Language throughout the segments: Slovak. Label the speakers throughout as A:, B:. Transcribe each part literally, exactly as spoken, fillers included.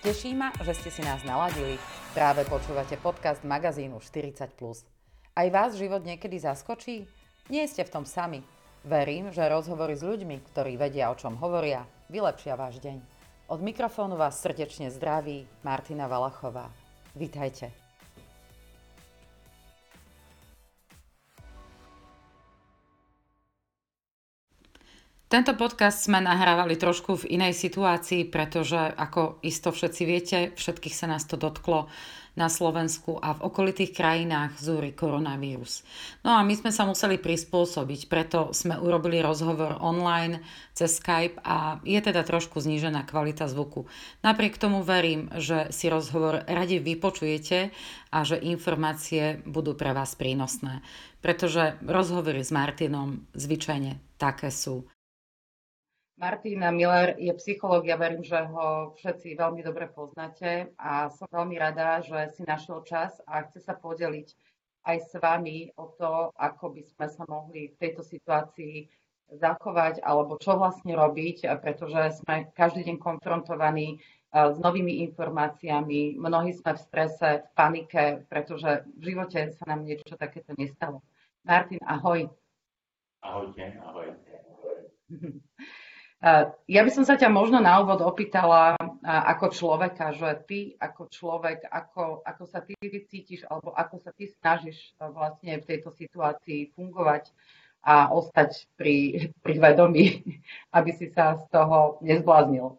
A: Teší ma, že ste si nás naladili. Práve počúvate podcast magazínu štyridsať plus. Aj vás život niekedy zaskočí? Nie ste v tom sami. Verím, že rozhovory s ľuďmi, ktorí vedia, o čom hovoria, vylepšia váš deň. Od mikrofónu vás srdečne zdraví Martina Valachová. Vitajte. Tento podcast sme nahrávali trošku v inej situácii, pretože ako isto všetci viete, všetkých sa nás to dotklo na Slovensku a v okolitých krajinách zúri koronavírus. No a my sme sa museli prispôsobiť, preto sme urobili rozhovor online cez Skype a je teda trošku znížená kvalita zvuku. Napriek tomu verím, že si rozhovor radi vypočujete a že informácie budú pre vás prínosné, pretože rozhovory s Martinom zvyčajne také sú. Martin Miller je psychológ, ja verím, že ho všetci veľmi dobre poznáte a som veľmi rada, že si našiel čas a chce sa podeliť aj s vami o to, ako by sme sa mohli v tejto situácii zachovať alebo čo vlastne robiť, pretože sme každý deň konfrontovaní s novými informáciami, mnohí sme v strese, v panike, pretože v živote sa nám niečo takéto nestalo. Martin, ahoj.
B: Ahojte, ahoj.
A: Ja by som sa ťa možno na úvod opýtala ako človeka, že ty ako človek, ako, ako sa ty cítiš alebo ako sa ty snažíš vlastne v tejto situácii fungovať a ostať pri, pri vedomí, aby si sa z toho nezbláznil.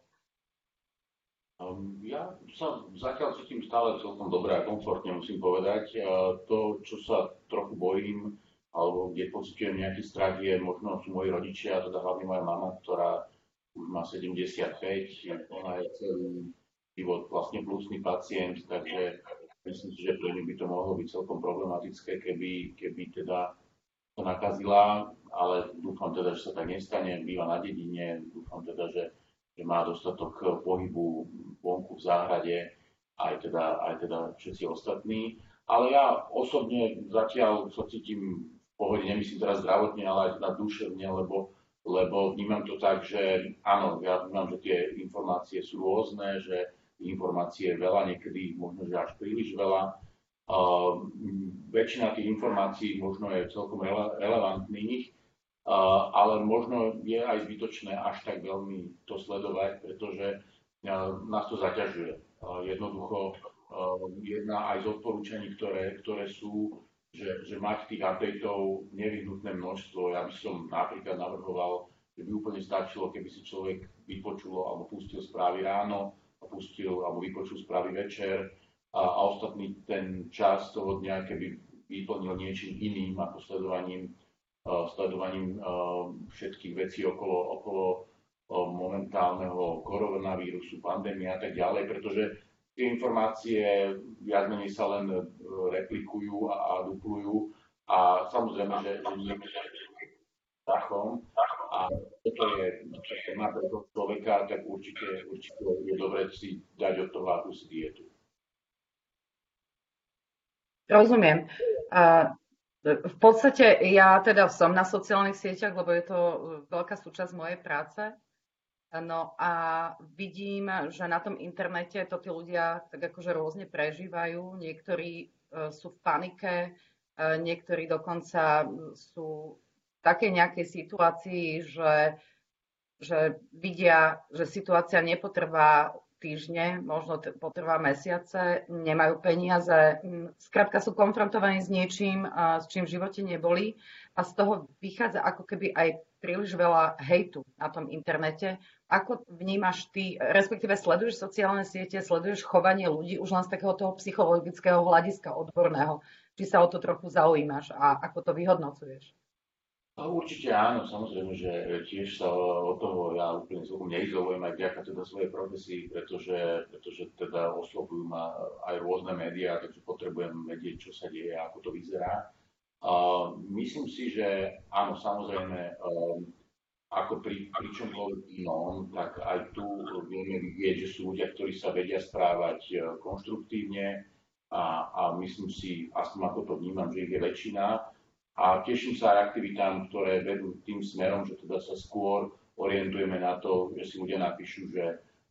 B: Um, ja sa zatiaľ cítim stále celkom dobre a komfortne, musím povedať. Uh, to, čo sa trochu bojím, alebo kde pociťujem nejaký strach, je možno sú moji rodičia, teda hlavne moja mama, ktorá už má sedemdesiatpäť, ona je celý život vlastne pľúcny pacient, takže myslím si, že pre ňu by to mohlo byť celkom problematické, keby, keby teda to nakazila, ale dúfam teda, že sa tak nestane, býva na dedine, dúfam teda, že, že má dostatok pohybu vonku v záhrade, aj teda, aj teda všetci ostatní. Ale ja osobne zatiaľ sa cítim v pohode, nemyslím teraz zdravotne, ale aj teda duševne, lebo lebo vnímam to tak, že áno, ja vnímam, že tie informácie sú rôzne, že informácie je veľa, niekedy možno, že až príliš veľa. Uh, väčšina tých informácií možno je celkom rele- relevantných, uh, ale možno je aj zbytočné až tak veľmi to sledovať, pretože uh, nás to zaťažuje. Uh, jednoducho uh, jedna aj z odporúčaní, ktoré, ktoré sú, Že, že mať tých updateov nevyhnutné množstvo. Ja by som napríklad navrhoval, že by úplne stačilo, keby si človek vypočul alebo pustil správy ráno, a pustil alebo vypočul správy večer a, a ostatný ten čas toho dňa, keby vyplnil niečím iným ako sledovaním, uh, sledovaním uh, všetkých vecí okolo, okolo uh, momentálneho koronavírusu, pandémie a tak ďalej, pretože tie informácie viac menej sa len replikujú a, a duplujú a samozrejme, že, že nie strachom a toto je téma pre toho človeka, tak určite, určite je dobre si dať od toho akúsi dietu.
A: Rozumiem. A v podstate ja teda som na sociálnych sieťach, lebo je to veľká súčasť mojej práce. No a vidím, že na tom internete to tí ľudia tak akože rôzne prežívajú. Niektorí sú v panike, niektorí dokonca sú v takej nejakej situácii, že, že vidia, že situácia nepotrvá týždne, možno potrvá mesiace, nemajú peniaze. Skrátka sú konfrontovaní s niečím, s čím v živote neboli a z toho vychádza ako keby aj príliš veľa hejtu na tom internete. Ako vnímaš ty, respektíve sleduješ sociálne siete, sleduješ chovanie ľudí už len z takého toho psychologického hľadiska odborného? Či sa o to trochu zaujímaš a ako to vyhodnocuješ?
B: No, určite áno, samozrejme, že tiež sa od toho ja úplne celkom neizolujem aj vďaka teda svojej profesii, pretože, pretože teda oslovujú ma aj rôzne médiá, takže potrebujem vedieť, čo sa deje, ako to vyzerá. Uh, myslím si, že áno, samozrejme, um, ako pri, pri čomkoľvek inom, tak aj tu vieme vidieť, že sú ľudia, ktorí sa vedia správať konštruktívne a, a myslím si, aspoň ako to vnímam, že ich je väčšina. A teším sa aj aktivitám, ktoré vedú tým smerom, že teda sa skôr orientujeme na to, že si ľudia napíšu, že,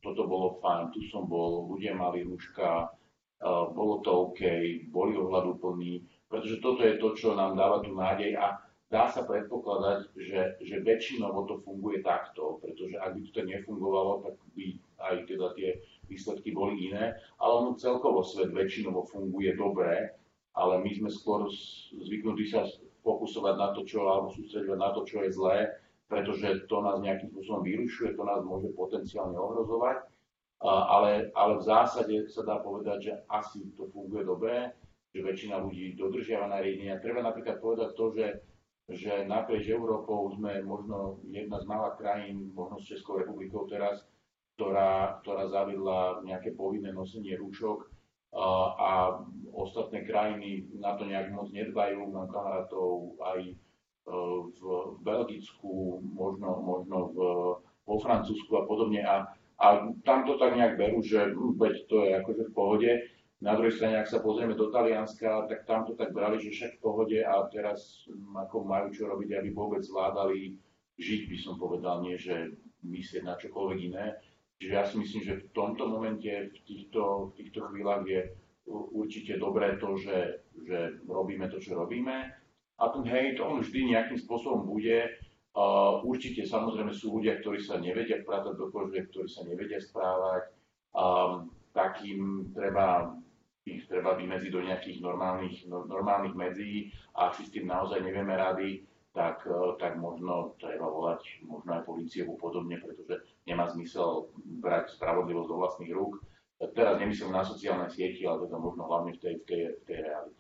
B: toto bolo fajn, tu som bol, ľudia mali rúška, uh, bolo to OK, boli ohľaduplní, pretože toto je to, čo nám dáva tú nádej a dá sa predpokladať, že, že väčšinovo to funguje takto, pretože ak by to tak nefungovalo, tak by aj teda tie výsledky boli iné, ale ono celkovo svet väčšinovo funguje dobre, ale my sme skôr zvyknutí sa fokusovať na to, čo, alebo sústredovať na to, čo je zlé, pretože to nás nejakým spôsobom vyrušuje, to nás môže potenciálne ohrozovať, ale, ale v zásade sa dá povedať, že asi to funguje dobre, že väčšina ľudí dodržiava nariadenia. Treba napríklad povedať to, že, že naprieč Európou sme možno jedna z mála krajín, možno s Českou republikou teraz, ktorá, ktorá zaviedla nejaké povinné nosenie rúšok a, a ostatné krajiny na to nejak moc nedbajú. Mám kamarátov aj v, v Belgicku, možno, možno v, vo Francúzsku a podobne. A, a tam to tak nejak berú, že veď to je akože v pohode. Na druhej strane, ak sa pozrieme do Talianska, tak tam to tak brali, že však v pohode a teraz ako majú čo robiť, aby vôbec zvládali žiť, by som povedal, nie že myslieť na čokoľvek iné. Čiže ja si myslím, že v tomto momente, v týchto, v týchto chvíľach je určite dobré to, že, že robíme to, čo robíme. A ten hejt, on vždy nejakým spôsobom bude. Uh, určite samozrejme sú ľudia, ktorí sa nevedia vpratať do kože, ktorí sa nevedia správať. Um, takým treba, ich treba vymedziť do nejakých normálnych, no, normálnych medzí a ak si s tým naozaj nevieme rady, tak, uh, tak možno treba volať možno aj políciu podobne, pretože nemá zmysel brať spravodlivosť do vlastných rúk. Teraz nemyslím na sociálne sieti, ale teda možno hlavne v tej, v tej, v tej realite.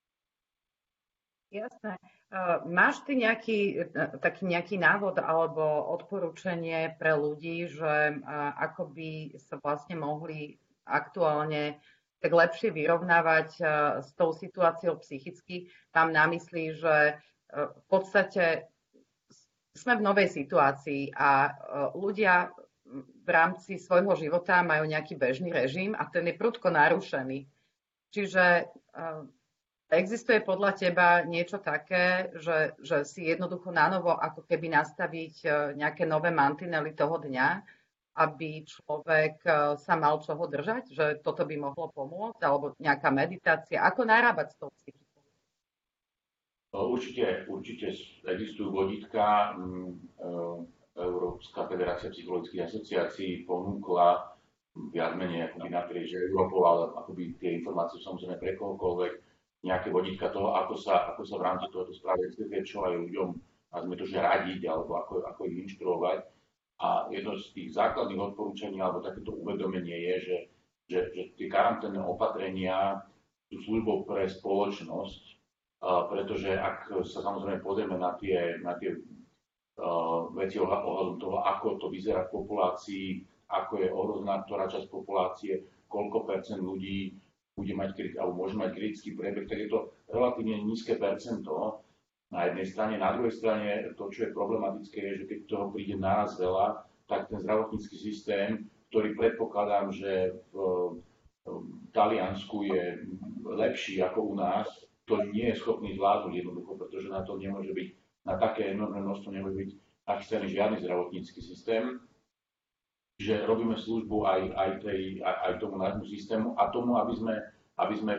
C: Jasné. Máš ty nejaký, taký nejaký návod alebo odporúčanie pre ľudí, že ako by sa vlastne mohli aktuálne tak lepšie vyrovnávať s tou situáciou psychicky? Tam na mysli, že v podstate sme v novej situácii a ľudia v rámci svojho života majú nejaký bežný režim a ten je prudko narušený. Čiže existuje podľa teba niečo také, že, že si jednoducho nanovo ako keby nastaviť nejaké nové mantinely toho dňa, aby človek sa mal čoho držať, že toto by mohlo pomôcť, alebo nejaká meditácia, ako narábať s tou psychikou?
B: Určite, určite existujú vodítka. Európska federácia psychologických asociácií ponúkla viac menej akoby naprieč Európou, ale akoby tie informácie samozrejme pre kohokoľvek, nejaké vodítka toho, ako sa, ako sa v rámci tohoto správy čo aj ľuďom, nazvime to, že radiť, alebo ako, ako ich inštruovať. A jedno z tých základných odporúčaní, alebo takéto uvedomenie je, že, že, že tie karanténne opatrenia sú službou pre spoločnosť, a pretože ak sa samozrejme pozrieme na tie, na tie uh, veci ohľadom toho, ako to vyzerá v populácii, ako je ohrozená ktorá časť populácie, koľko percent ľudí bude mať, alebo môže mať kritický priebeh, tak je to relatívne nízke percento na jednej strane. Na druhej strane to, čo je problematické, je, že keď toho príde naraz veľa, tak ten zdravotnícky systém, ktorý predpokladám, že v, v Taliansku je lepší ako u nás, to nie je schopný zvládnuť jednoducho, pretože na to nemôže byť, na také enormné množstvo nemôže byť nachystaný žiadny zdravotnícky systém. Že robíme službu aj, aj, tej, aj, aj tomu nášmu systému a tomu, aby sme, aby sme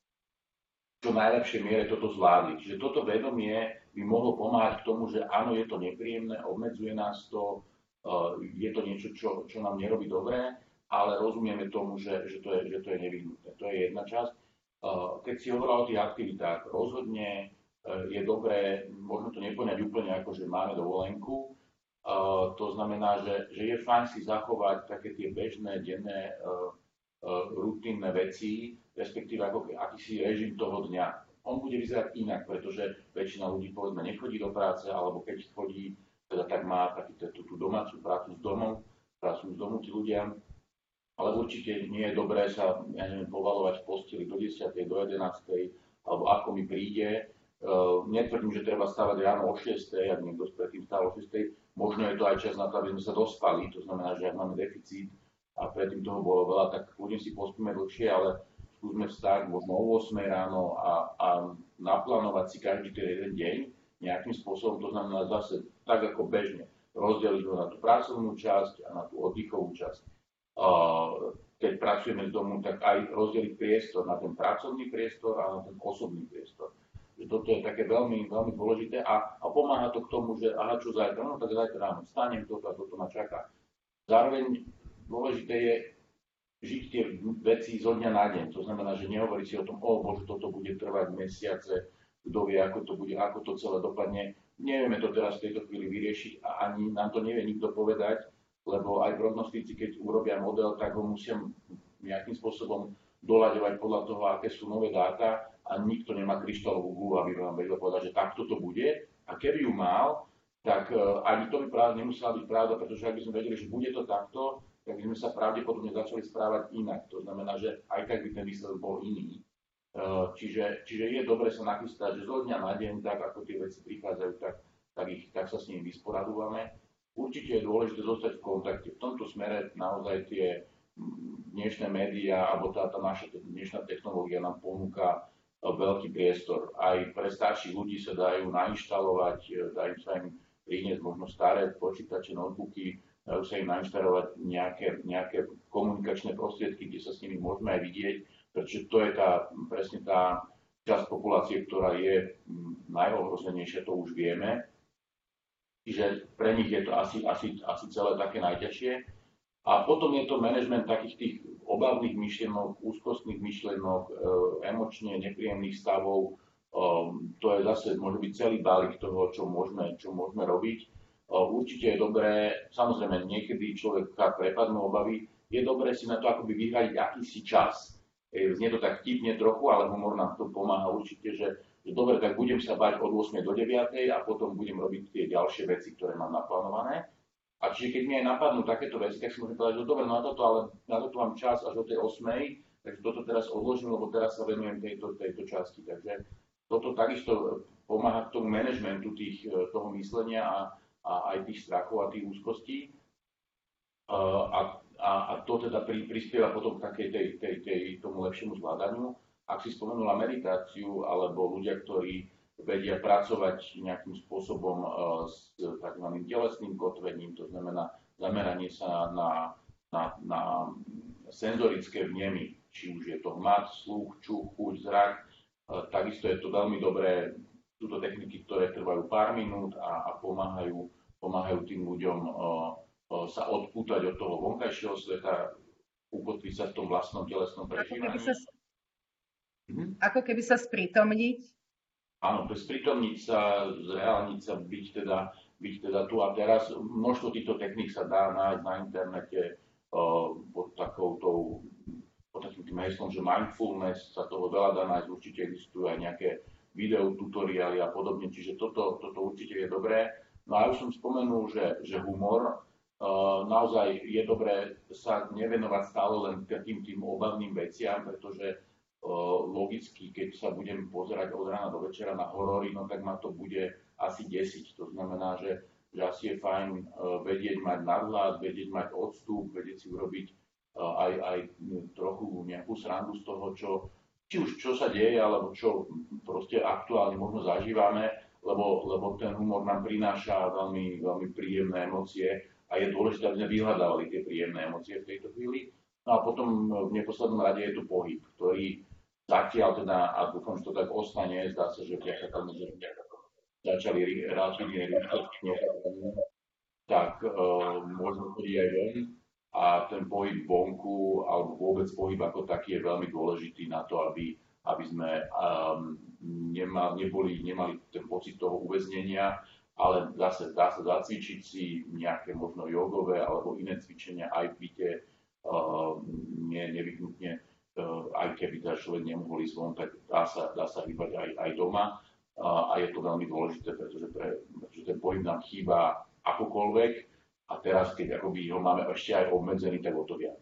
B: v čo najlepšej miere toto zvládli. Čiže toto vedomie by mohlo pomáhať k tomu, že áno, je to nepríjemné, obmedzuje nás to, uh, je to niečo, čo, čo nám nerobí dobré, ale rozumieme tomu, že, že, to, je, že to je nevyhnutné. To je jedna časť. Uh, keď si hovorila o tých aktivitách, rozhodne uh, je dobré, možno to nepoňať úplne ako, že máme dovolenku. Uh, to znamená, že, že je fajn si zachovať také tie bežné, denné, uh, uh, rutinné veci, respektíve ako akýsi režim toho dňa. On bude vyzerať inak, pretože väčšina ľudí, povedzme, nechodí do práce, alebo keď chodí, teda tak má taký, tú, tú domácu prácu z domu, prácu z domu tí ľudia, ale určite nie je dobré sa, ja neviem, povalovať v posteli do desiatej, do jedenástej, alebo ako mi príde. Uh, netvrdím, že treba stavať ráno o šiestej, ak niekto predtým stával o šiestej. Možno je to aj čas na to, aby sme sa dospali, to znamená, že ak máme deficit a predtým toho bolo veľa, tak ľudia si pospíme dlhšie, ale skúsme vstať možno o ôsmej ráno a, a naplánovať si každý ten jeden deň nejakým spôsobom, to znamená zase tak ako bežne, rozdeliť ho na tú pracovnú časť a na tú oddychovú časť. keď pracujeme z domu, tak aj rozdeliť priestor na ten pracovný priestor a na ten osobný priestor. Že toto je také veľmi, veľmi dôležité a, a pomáha to k tomu, že aha, čo zajtra, no tak zajtra ráno vstanem, toto a toto ma čaká. Zároveň dôležité je žiť tie veci zo dňa na deň. To znamená, že nehovorí si o tom, o bože, toto bude trvať mesiace, kto vie, ako to bude, ako to celé dopadne. Nevieme to teraz v tejto chvíli vyriešiť a ani nám to nevie nikto povedať, lebo aj prognostici, keď urobia model, tak ho musia nejakým spôsobom doľaďovať podľa toho, aké sú nové dáta a nikto nemá kryštálovú gulu, aby vám vedel povedať, že takto to bude. A keby ju mal, tak uh, ani to by práve nemusela byť pravda, pretože ak by sme vedeli, že bude to takto, tak by sme sa pravdepodobne začali správať inak. To znamená, že aj tak by ten výsledok bol iný. Uh, čiže, čiže je dobre sa nachystať, že zo dňa na deň, tak ako tie veci prichádzajú, tak, tak, ich, tak sa s nimi vysporadúvame. Určite je dôležité zostať v kontakte. V tomto smere naozaj tie dnešné médiá, alebo tá, tá naša dnešná technológia nám ponúka veľký priestor. Aj pre starších ľudí sa dajú nainštalovať, dajú sa im priniesť možno staré počítače, notebooky, dajú sa im nainštalovať nejaké, nejaké komunikačné prostriedky, kde sa s nimi môžeme aj vidieť, pretože to je tá, presne tá časť populácie, ktorá je najohrozenejšia, to už vieme. Čiže pre nich je to asi, asi, asi celé také najťažšie. A potom je to manažment takých tých obavných myšlienok, úzkostných myšlienok, e, emočne nepríjemných stavov. E, to je zase, môže byť celý balík toho, čo môžeme, čo môžeme robiť. E, určite je dobré, samozrejme, niekedy človeka prepadnú obavy, je dobré si na to akoby vyhradiť akýsi čas. E, znie to tak vtipne trochu, ale humor nám to pomáha určite, že, že dobre, tak budem sa bať od ôsmej do deviatej a potom budem robiť tie ďalšie veci, ktoré mám naplánované. A čiže keď mi aj napadnú takéto veci, tak si môžem povedať, že dobre, no na toto, ale na toto mám čas až do tej osmej, takže toto teraz odložím, lebo teraz sa venujem tejto, tejto časti. Takže toto takisto pomáha k tomu manažmentu tých, toho myslenia a, a aj tých strachov a tých úzkostí. A, a, a to teda pri, prispieva potom k takej tej, tej, tej, tomu lepšiemu zvládaniu. Ak si spomenula meditáciu, alebo ľudia, ktorí vedia pracovať nejakým spôsobom s tzv. Telesným kotvením, to znamená zameranie sa na, na, na senzorické vnemy, či už je to hmat, sluch, čuch, chuť, zrak. Takisto je to veľmi dobré, sú to techniky, ktoré trvajú pár minút a, a pomáhajú, pomáhajú tým ľuďom o, o, sa odpútať od toho vonkajšieho sveta, ukotviť sa v tom vlastnom telesnom prežívaní. Ako keby sa, hm?
C: ako keby sa sprítomniť.
B: Áno, to je sprítomniť sa, zreálniť sa, byť teda, byť teda tu a teraz. Množstvo týchto techník sa dá nájsť na internete uh, pod takouto, pod takým tým heslom, že mindfulness, sa toho veľa dá nájsť, určite existujú aj nejaké videotutoriály a podobne, čiže toto, toto určite je dobré. No a už som spomenul, že, že humor, uh, naozaj je dobré sa nevenovať stále len tým, tým obavným veciam, pretože logicky, keď sa budem pozerať od rána do večera na horory, no tak ma to bude asi desiť. To znamená, že, že asi je fajn uh, vedieť mať nadhľad, vedieť mať odstup, vedieť si urobiť uh, aj, aj trochu nejakú srandu z toho, čo, či už čo sa deje, alebo čo proste aktuálne možno zažívame, lebo, lebo ten humor nám prináša veľmi, veľmi príjemné emócie a je dôležité, aby sme vyhľadávali tie príjemné emócie v tejto chvíli. No a potom v neposlednom rade je tu pohyb, ktorý zatiaľ teda, a dúfam, že to tak ostane, zdá sa, že vďaka tomu, že začali relatívne rýchlo, tak uh, môžeme chodiť aj von a ten pohyb vonku, alebo vôbec pohyb ako taký je veľmi dôležitý na to, aby, aby sme um, nema, neboli, nemali ten pocit toho uväznenia, ale zase dá sa zacvičiť si nejaké možno jogové alebo iné cvičenia aj v byte, uh, nie, nevyhnutne. Uh, aj keby teda človek nemohol ísť von, tak dá sa, dá sa hýbať aj, aj doma uh, a je to veľmi dôležité, pretože, pre, pretože ten pohyb nám chýba akokoľvek a teraz, keď akoby ho máme ešte aj obmedzený, tak o to viac.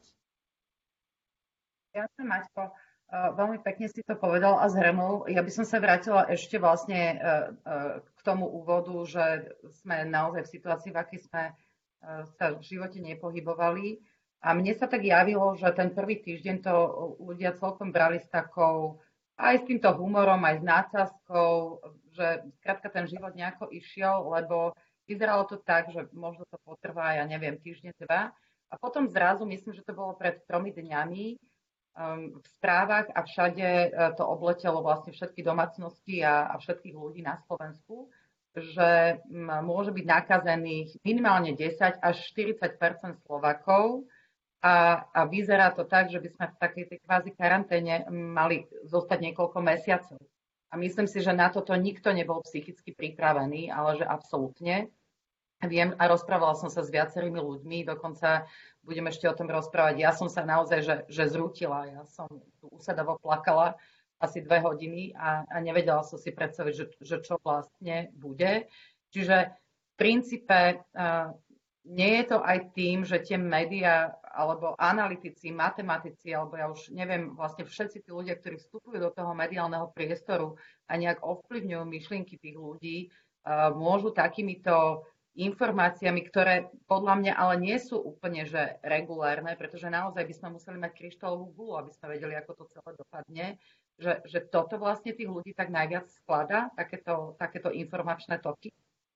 C: Ďakujem, Maťko. Uh, veľmi pekne si to povedal a zhrnul. Ja by som sa vrátila ešte vlastne uh, uh, k tomu úvodu, že sme naozaj v situácii, v akej sme uh, sa v živote nepohybovali. A mne sa tak javilo, že ten prvý týždeň to ľudia celkom brali s takou, aj s týmto humorom, aj s nácazkou, že skrátka ten život nejako išiel, lebo vyzeralo to tak, že možno to potrvá, ja neviem, týždne, dva. A potom zrazu, myslím, že to bolo pred tromi dňami, um, v správach a všade uh, to obletelo vlastne všetky domácnosti a, a všetkých ľudí na Slovensku, že um, môže byť nakazených minimálne desať až štyridsať percent Slovákov a, a vyzerá to tak, že by sme v takej tej kvázi karanténe mali zostať niekoľko mesiacov. A myslím si, že na toto nikto nebol psychicky pripravený, ale že absolútne. Viem a rozprávala som sa s viacerými ľuďmi, dokonca budem ešte o tom rozprávať. Ja som sa naozaj že, že zrútila, ja som tu usadovo plakala asi dve hodiny a, a nevedela som si predstaviť, že, že čo vlastne bude. Čiže v princípe uh, nie je to aj tým, že tie médiá alebo analytici, matematici, alebo ja už neviem, vlastne všetci tí ľudia, ktorí vstupujú do toho mediálneho priestoru a nejak ovplyvňujú myšlienky tých ľudí, uh, môžu takýmito informáciami, ktoré podľa mňa ale nie sú úplne že regulárne, pretože naozaj by sme museli mať kryštálovú guľu, aby sme vedeli, ako to celé dopadne, že, že toto vlastne tých ľudí tak najviac skladá, takéto, takéto informačné toky.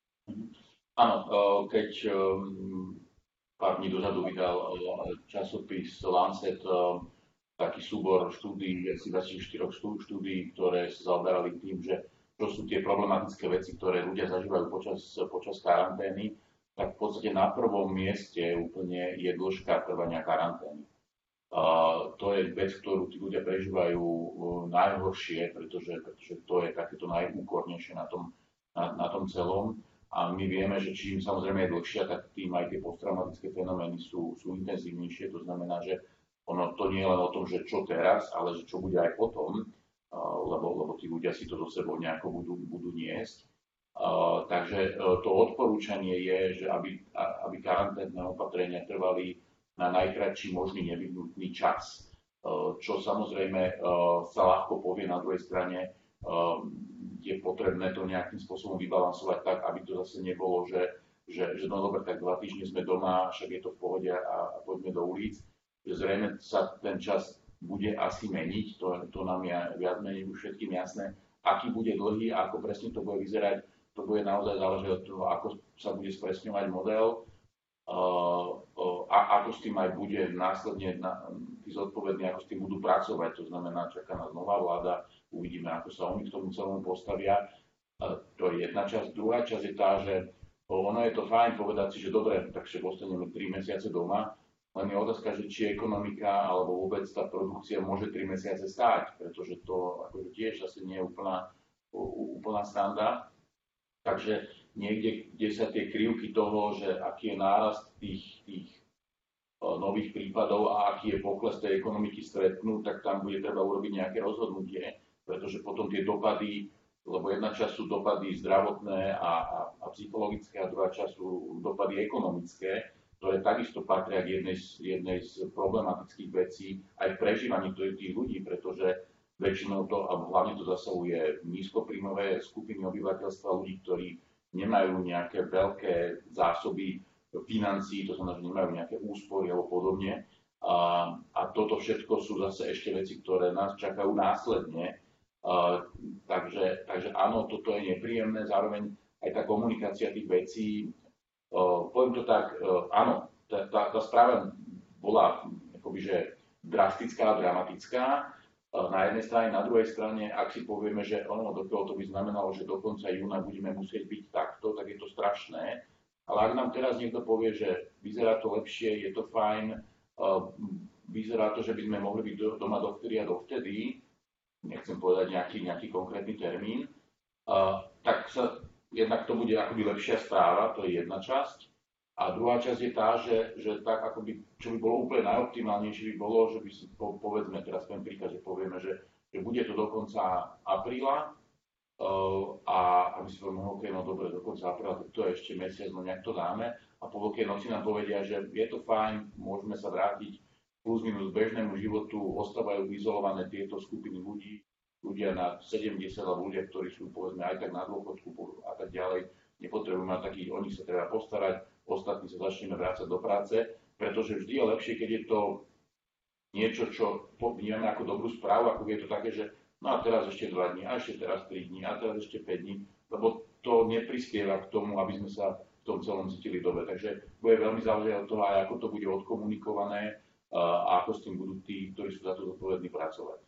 B: Áno, keď pár dní dozadu vydal časopis Lancet taký súbor štúdií, asi dvadsaťštyri štúdií, ktoré sa zaoberali tým, že čo sú tie problematické veci, ktoré ľudia zažívajú počas, počas karantény, tak v podstate na prvom mieste úplne je dĺžka trvania karantény. Uh, to je vec, ktorú tí ľudia prežívajú uh, najhoršie, pretože, pretože to je takéto najúkornejšie na tom, na, na tom celom. A my vieme, že čím samozrejme je dlhšia, tak tým aj tie posttraumatické fenomény sú, sú intenzívnejšie. To znamená, že ono to nie je len o tom, že čo teraz, ale že čo bude aj potom. Lebo, lebo tí ľudia si to do sebou nejako budú, budú niesť. Uh, takže uh, to odporúčanie je, že aby, aby karanténne opatrenia trvali na najkratší možný nevyhnutný čas, uh, čo samozrejme uh, sa ľahko povie. Na druhej strane uh, je potrebné to nejakým spôsobom vybalansovať tak, aby to zase nebolo, že, že, že no dobre, tak dva týždne sme doma, však je to v pohode a, a poďme do ulic. Že zrejme sa ten čas bude asi meniť, to, to nám je viac menej už všetkým jasné. Aký bude dlhý a ako presne to bude vyzerať, to bude naozaj záležať od toho, ako sa bude spresňovať model uh, uh, a ako s tým aj bude následne na, tí zodpovední, ako s tým budú pracovať. To znamená, čaká nás nová vláda, uvidíme, ako sa oni k tomu celému postavia. Uh, to je jedna časť. Druhá časť je tá, že ono je to fajn povedať si, že dobre, takže ostaneme tri mesiace doma, len je otázka, že či ekonomika alebo vôbec tá produkcia môže tri mesiace stáť, pretože to akože tiež zase nie je úplná, úplná standa. Takže niekde, kde sa tie krivky toho, že aký je nárast tých, tých nových prípadov a aký je pokles tej ekonomiky stretnú, tak tam bude treba urobiť nejaké rozhodnutie, pretože potom tie dopady, lebo jedna časť sú dopady zdravotné a, a, a psychologické a druhá časť sú dopady ekonomické, ktoré takisto patria k jednej z, jednej z problematických vecí aj v prežívaní tých ľudí, pretože väčšinou to, a hlavne to zasahuje nízkopríjmové skupiny obyvateľstva, ľudí, ktorí nemajú nejaké veľké zásoby financií, to znamená, že nemajú nejaké úspory alebo podobne. A, a toto všetko sú zase ešte veci, ktoré nás čakajú následne. A, takže, takže áno, toto je nepríjemné, zároveň aj tá komunikácia tých vecí. Uh, poviem to tak, uh, áno, tá, tá, tá správa bola akoby, že drastická a dramatická uh, na jednej strane, na druhej strane, ak si povieme, že ono, dokiaľ to by znamenalo, že do konca júna budeme musieť byť takto, tak je to strašné, ale ak nám teraz niekto povie, že vyzerá to lepšie, je to fajn, uh, vyzerá to, že by sme mohli byť do, doma dovtedy a dovtedy, nechcem povedať nejaký, nejaký konkrétny termín, uh, tak sa jednak to bude akoby lepšia správa, to je jedna časť. A druhá časť je tá, že, že tak akoby, čo by bolo úplne najoptimálnejšie by bolo, že by si po, povedzme, teraz ten príklad, že povieme, že, že bude to do konca apríla uh, a aby si povieme, ok, no dobre, do konca apríla, tak to je ešte mesiac, no nejak to dáme. A po Veľkej noci nám povedia, že je to fajn, môžeme sa vrátiť plus minus bežnému životu, ostávajú izolované tieto skupiny ľudí, ľudia na sedemdesiat alebo ľudia, ktorí sú povedzme aj tak na dôchodku a tak ďalej, nepotrebujú mať takých, o nich sa treba postarať, ostatní sa začneme vrácať do práce, pretože vždy je lepšie, keď je to niečo, čo vnímame ako dobrú správu, ako je to také, že no a teraz ešte dva dní, a ešte teraz tri dní, a teraz ešte päť dní, lebo to neprispieva k tomu, aby sme sa v tom celom cítili dobre. Takže bude veľmi záležať od toho, aj ako to bude odkomunikované a ako s tým budú tí, ktorí sú za to zodpovední, pracovať.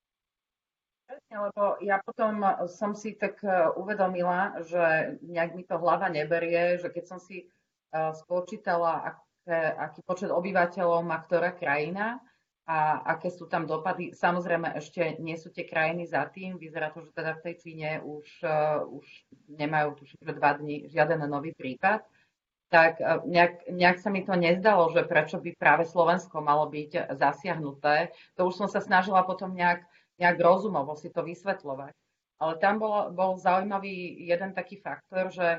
C: Lebo ja potom som si tak uvedomila, že nejak mi to hlava neberie, že keď som si spočítala, aké, aký počet obyvateľov má ktorá krajina a aké sú tam dopady. Samozrejme, ešte nie sú tie krajiny za tým. Vyzerá to, že teda v tej Číne už, už nemajú tuším, že dva dni žiaden nový prípad. Tak nejak, nejak sa mi to nezdalo, že prečo by práve Slovensko malo byť zasiahnuté. To už som sa snažila potom nejak, nejak rozumovo si to vysvetľovať. Ale tam bol, bol zaujímavý jeden taký faktor, že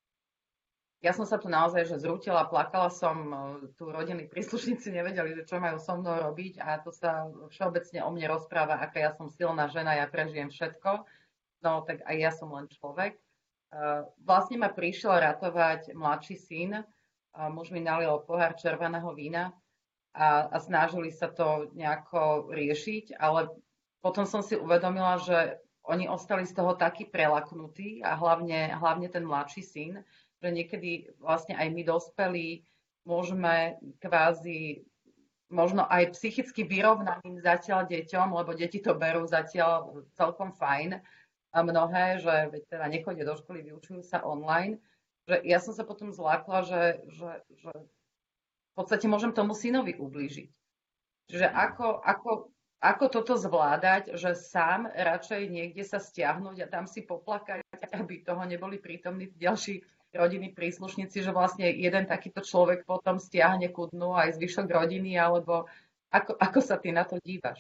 C: ja som sa tu naozaj že zrútila, plakala som, tu rodinní príslušníci nevedeli, že čo majú so mnou robiť a to sa všeobecne o mne rozpráva, aká ja som silná žena, ja prežijem všetko. No tak aj ja som len človek. Vlastne ma prišiel ratovať mladší syn, muž mi nalial pohár červeného vína a, a snažili sa to nejako riešiť, ale potom som si uvedomila, že oni ostali z toho takí prelaknutí a hlavne, hlavne ten mladší syn, že niekedy vlastne aj my dospelí môžeme kvázi možno aj psychicky vyrovnaným zatiaľ deťom, lebo deti to berú zatiaľ celkom fajn a mnohé, že veď teda nechodia do školy, vyučujú sa online, že ja som sa potom zlákla, že, že, že v podstate môžem tomu synovi ublížiť. Čiže ako, ako, ako toto zvládať, že sám radšej niekde sa stiahnuť a tam si poplakať, aby toho neboli prítomní ďalší rodinní príslušníci, že vlastne jeden takýto človek potom stiahne ku dnu aj zvyšok rodiny, alebo ako, ako sa ty na to dívaš?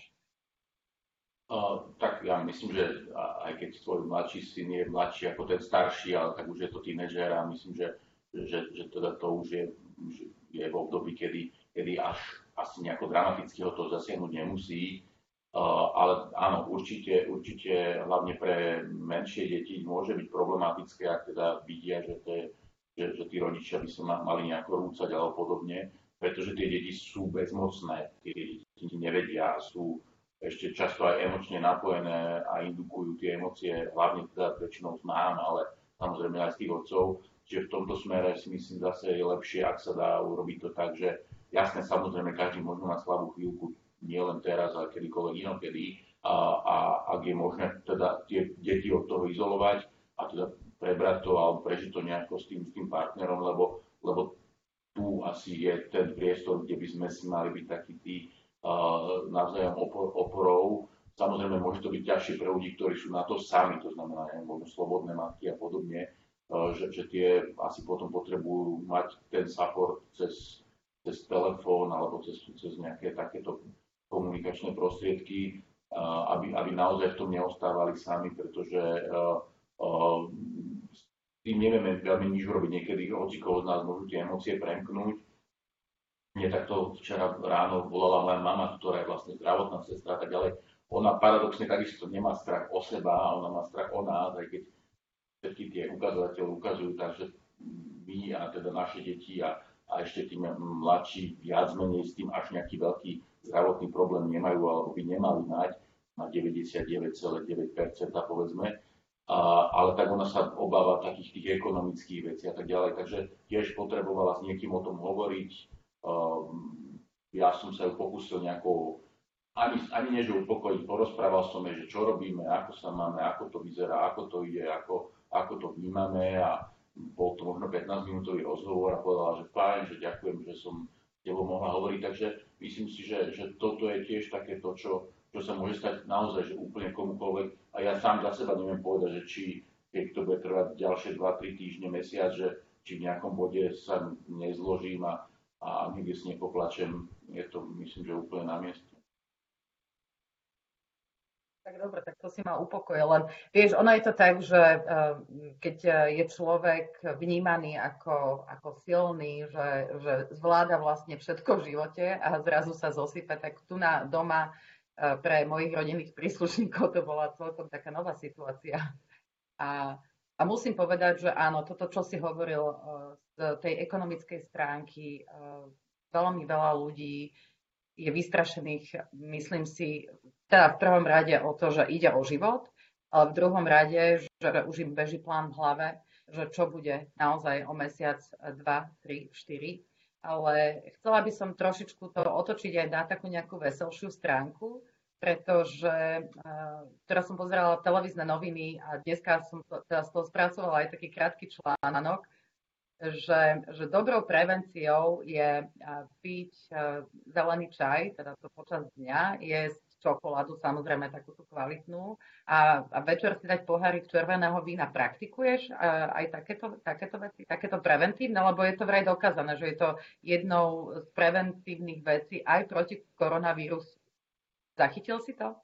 B: Uh, tak ja myslím, že aj keď tvoj mladší syn je mladší ako ten starší, ale tak už je to tínedžer a myslím, že, že, že teda to už je, že je v období, kedy, kedy až asi nejako dramaticky ho to zasiahnuť nemusí. Uh, ale áno, určite, určite hlavne pre menšie deti môže byť problematické, ak teda vidia, že, to je, že, že tí rodičia by sa mali nejako rúcať alebo podobne, pretože tie deti sú bezmocné, tie deti nevedia, sú ešte často aj emočne napojené a indukujú tie emócie, hlavne teda väčšinou z mám, ale samozrejme aj z tých otcov. Čiže v tomto smere si myslím zase je lepšie, ak sa dá urobiť to tak, že jasne, samozrejme, každý možno na slabú chvíľku, nie len teraz, ale kedykoľvek inokedy. A, a ak je možné teda tie deti od toho izolovať a teda prebrať to alebo prežiť to nejako s tým, s tým partnerom, lebo, lebo tu asi je ten priestor, kde by sme si mali byť takí tí uh, navzájom opor, oporou. Samozrejme, môže to byť ťažšie pre ľudí, ktorí sú na to sami, to znamená, neviem, možno slobodné matky a podobne, uh, že, že tie asi potom potrebujú mať ten support cez, cez telefón alebo cez, cez nejaké takéto komunikačné prostriedky, aby, aby naozaj v tom neostávali sami, pretože uh, uh, s tým nevieme veľmi nič robiť. Niekedy hocikoho z nás môžu tie emócie premknúť. Mne takto včera ráno volala moja mama, ktorá je vlastne zdravotná sestra a tak ďalej. Ona paradoxne takisto nemá strach o seba, ona má strach o nás, aj keď všetky tie ukazovateľe ukazujú, takže my a teda naše deti a, a ešte tí mladší viac menej s tým až nejaký veľký zdravotný problém nemajú alebo by nemali mať na deväťdesiatdeväť celá deväť percent povedzme, a, ale tak ona sa obáva takých tých ekonomických vecí a tak ďalej, takže tiež potrebovala s niekým o tom hovoriť. Um, ja som sa ju pokúsil nejako, ani, ani nie že upokojiť, porozprával som jej, že čo robíme, ako sa máme, ako to vyzerá, ako to ide, ako, ako to vnímame a bol to možno pätnásť minútový rozhovor a povedala, že fajn, že ďakujem, že som tebo mohla hovoriť, takže myslím si, že, že toto je tiež také to, čo, čo sa môže stať naozaj, že úplne komukoľvek. A ja sám za seba neviem povedať, že či keď to bude trvať ďalšie dva tri týždne, mesiac, že či v nejakom bode sa nezložím a, a niekde si nepoplačem, je to myslím, že úplne na mieste.
C: Tak dobre, tak to si ma upokojil. Len vieš, ono je to tak, že keď je človek vnímaný ako, ako silný, že, že zvláda vlastne všetko v živote a zrazu sa zosype, tak tu na doma pre mojich rodinných príslušníkov to bola celkom taká nová situácia. A, a musím povedať, že áno, toto, čo si hovoril z tej ekonomickej stránky, veľmi veľa ľudí je vystrašených, myslím si, teda v prvom rade o to, že ide o život, ale v druhom rade, že už im beží plán v hlave, že čo bude naozaj o mesiac, dva, tri, štyri. Ale chcela by som trošičku to otočiť aj na takú nejakú veselšiu stránku, pretože teraz som pozerala televízne noviny a dneska som to, teda z toho spracovala aj taký krátky článok, že, že dobrou prevenciou je piť zelený čaj, teda to počas dňa, jesť čokoládu, samozrejme takú tú kvalitnú, a, a večer si dať pohárik červeného vína. Praktikuješ aj takéto, takéto veci, takéto preventívne, lebo je to vraj dokázané, že je to jednou z preventívnych vecí aj proti koronavírusu. Zachytil si to?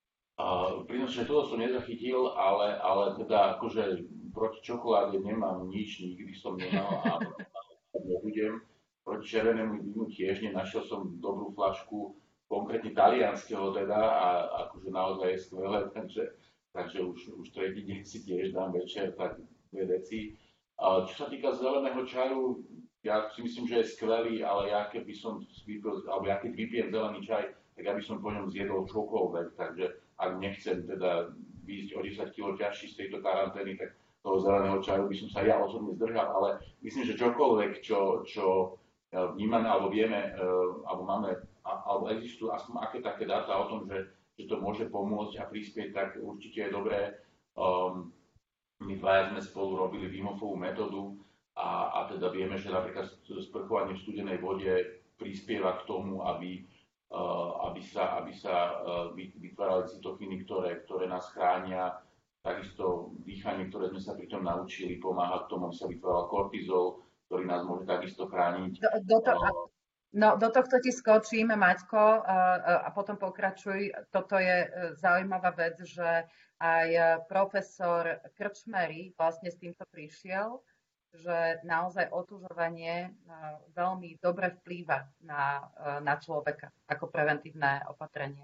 B: Uh, Prínosne toho som nezachytil, ale, ale teda akože proti čokoláde nemám nič, nikdy som nemal a nebudem. Proti červenému vínu tiež nenašiel som dobrú flašku, konkrétne talianskeho teda, a akože naozaj je skvelé, takže, takže už, už tretí deň si tiež dám večer, tak dve deci. Uh, čo sa týka zeleného čaju, ja si myslím, že je skvelý, ale ja keby som vypil, alebo ja keď vypijem zelený čaj, tak aby som po ňom zjedol čokoľvek, takže ak nechcem teda výjsť o desať kilogramov ťažší z tejto karantény, tak toho zeleného čaju by som sa ja osobne zdržal, ale myslím, že čokoľvek, čo, čo vnímame alebo vieme, alebo máme, alebo existujú aspoň aké také dáta o tom, že, že to môže pomôcť a prispieť, tak určite je dobré. Um, my dvaja sme spolu robili Wim Hofovú metódu a, a teda vieme, že napríklad sprchovanie v studenej vode prispieva k tomu, aby Uh, aby sa, aby sa uh, vytvárali cytokíny, ktoré, ktoré nás chránia. Takisto dýchanie, ktoré sme sa pri tom naučili, pomáha k tomu, aby sa vytváral kortizol, ktorý nás môže takisto chrániť.
C: Do, do, to, uh, no, do tohto ti skočím, Maťko, uh, uh, a potom pokračuj. Toto je uh, zaujímavá vec, že aj uh, profesor Krčmery vlastne s týmto prišiel, že naozaj otužovanie veľmi dobre vplýva na, na človeka ako preventívne opatrenie.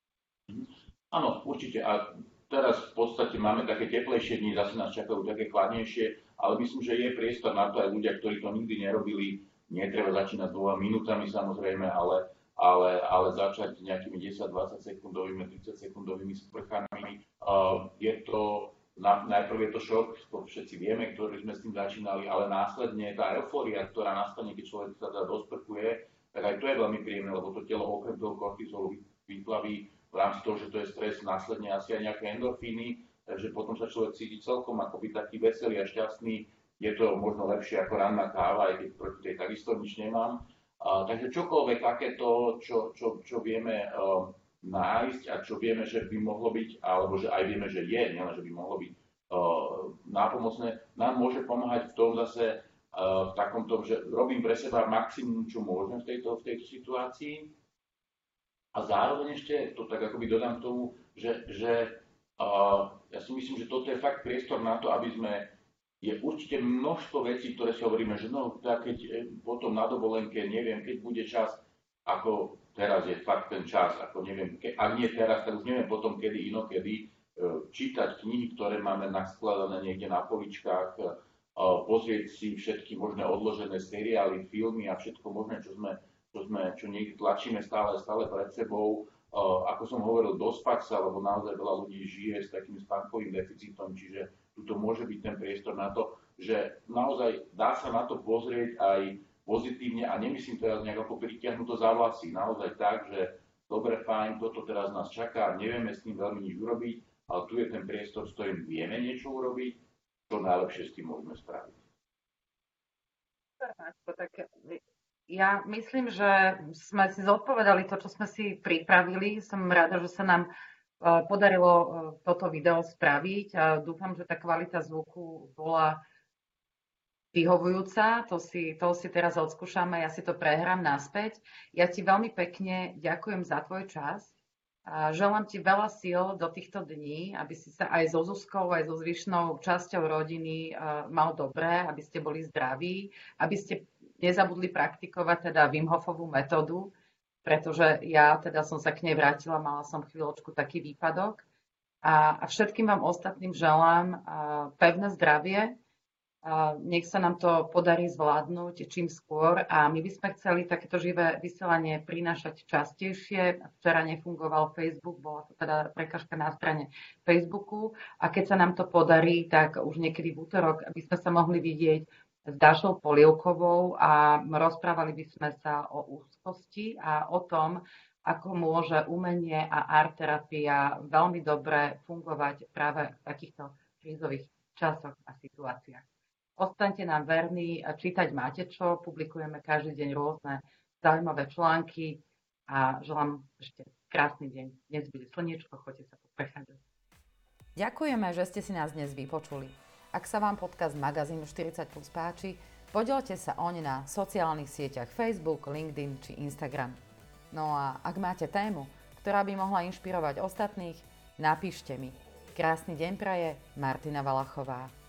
B: Áno, určite. A teraz v podstate máme také teplejšie dni, zase nás čakajú také chladnejšie, ale myslím, že je priestor na to aj ľudia, ktorí to nikdy nerobili. Netreba začínať dvoma minútami samozrejme, ale, ale, ale začať nejakými desať dvadsať sekundovými, tridsať sekundovými sprchami. Uh, je to Na, najprv je to šok, to všetci vieme, ktorí sme s tým začínali, ale následne tá eufória, ktorá nastane, keď človek sa teda dosprchuje, tak aj to je veľmi príjemné, lebo to telo okrem toho kortizolu vyplaví v rámci toho, že to je stres, následne asi aj nejaké endorfíny, takže potom sa človek cíti celkom akoby taký veselý a šťastný. Je to možno lepšie ako ranná káva, aj keď proti tej takisto nič nemám. A, takže čokoľvek takéto, čo, čo, čo vieme uh, nájsť a čo vieme, že by mohlo byť, alebo že aj vieme, že je, nielen, že by mohlo byť uh, nápomocné, nám môže pomáhať v tom zase uh, v takom tom, že robím pre seba maximum, čo môžem v tejto, v tejto situácii. A zároveň ešte to tak akoby dodám k tomu, že, že uh, ja si myslím, že toto je fakt priestor na to, aby sme, je určite množstvo vecí, ktoré si hovoríme, že no, tak keď potom na dovolenke, neviem, keď bude čas, ako teraz je fakt ten čas, ako neviem, ke, ak nie teraz, tak už neviem potom, kedy inokedy, čítať knihy, ktoré máme naskladané niekde na poličkách, pozrieť si všetky možné odložené seriály, filmy a všetko možné, čo sme, čo sme, čo niekde tlačíme stále, stále pred sebou. Ako som hovoril, dospať sa, lebo naozaj veľa ľudí žije s takým spánkovým deficitom, čiže tuto môže byť ten priestor na to, že naozaj dá sa na to pozrieť aj pozitívne a nemyslím teraz nejak ako pritiahnuto za vlasy. Naozaj tak, že dobre, fajn, toto teraz nás čaká, nevieme s tým veľmi nič urobiť, ale tu je ten priestor, s ktorým vieme niečo urobiť, čo najlepšie s tým môžeme spraviť.
C: Tak ja myslím, že sme si zodpovedali to, čo sme si pripravili. Som rada, že sa nám podarilo toto video spraviť a dúfam, že tá kvalita zvuku bola vyhovujúca, to si, to si teraz odskúšame, ja si to prehrám naspäť. Ja ti veľmi pekne ďakujem za tvoj čas. A želám ti veľa síl do týchto dní, aby si sa aj so Zuzkou, aj so zvyšnou časťou rodiny mal dobré, aby ste boli zdraví, aby ste nezabudli praktikovať teda Wim Hofovú metódu, pretože ja teda som sa k nej vrátila, mala som chvíľočku taký výpadok. A, a všetkým vám ostatným želám pevné zdravie, A nech sa nám to podarí zvládnuť čím skôr a my by sme chceli takéto živé vysielanie prinášať častejšie. Včera nefungoval Facebook, bola to teda prekažka na strane Facebooku a keď sa nám to podarí, tak už niekedy v útorok by sme sa mohli vidieť s Dášou Polievkovou a rozprávali by sme sa o úzkosti a o tom, ako môže umenie a art terapia veľmi dobre fungovať práve v takýchto krízových časoch a situáciách. Ostaňte nám verní, čítať máte čo, publikujeme každý deň rôzne zaujímavé články a želám ešte krásny deň. Dnes bude slniečko, choďte sa prechádzať.
A: Ďakujeme, že ste si nás dnes vypočuli. Ak sa vám podcast magazínu štyridsať plus páči, podielte sa oň na sociálnych sieťach Facebook, LinkedIn či Instagram. No a ak máte tému, ktorá by mohla inšpirovať ostatných, napíšte mi. Krásny deň praje Martina Valachová.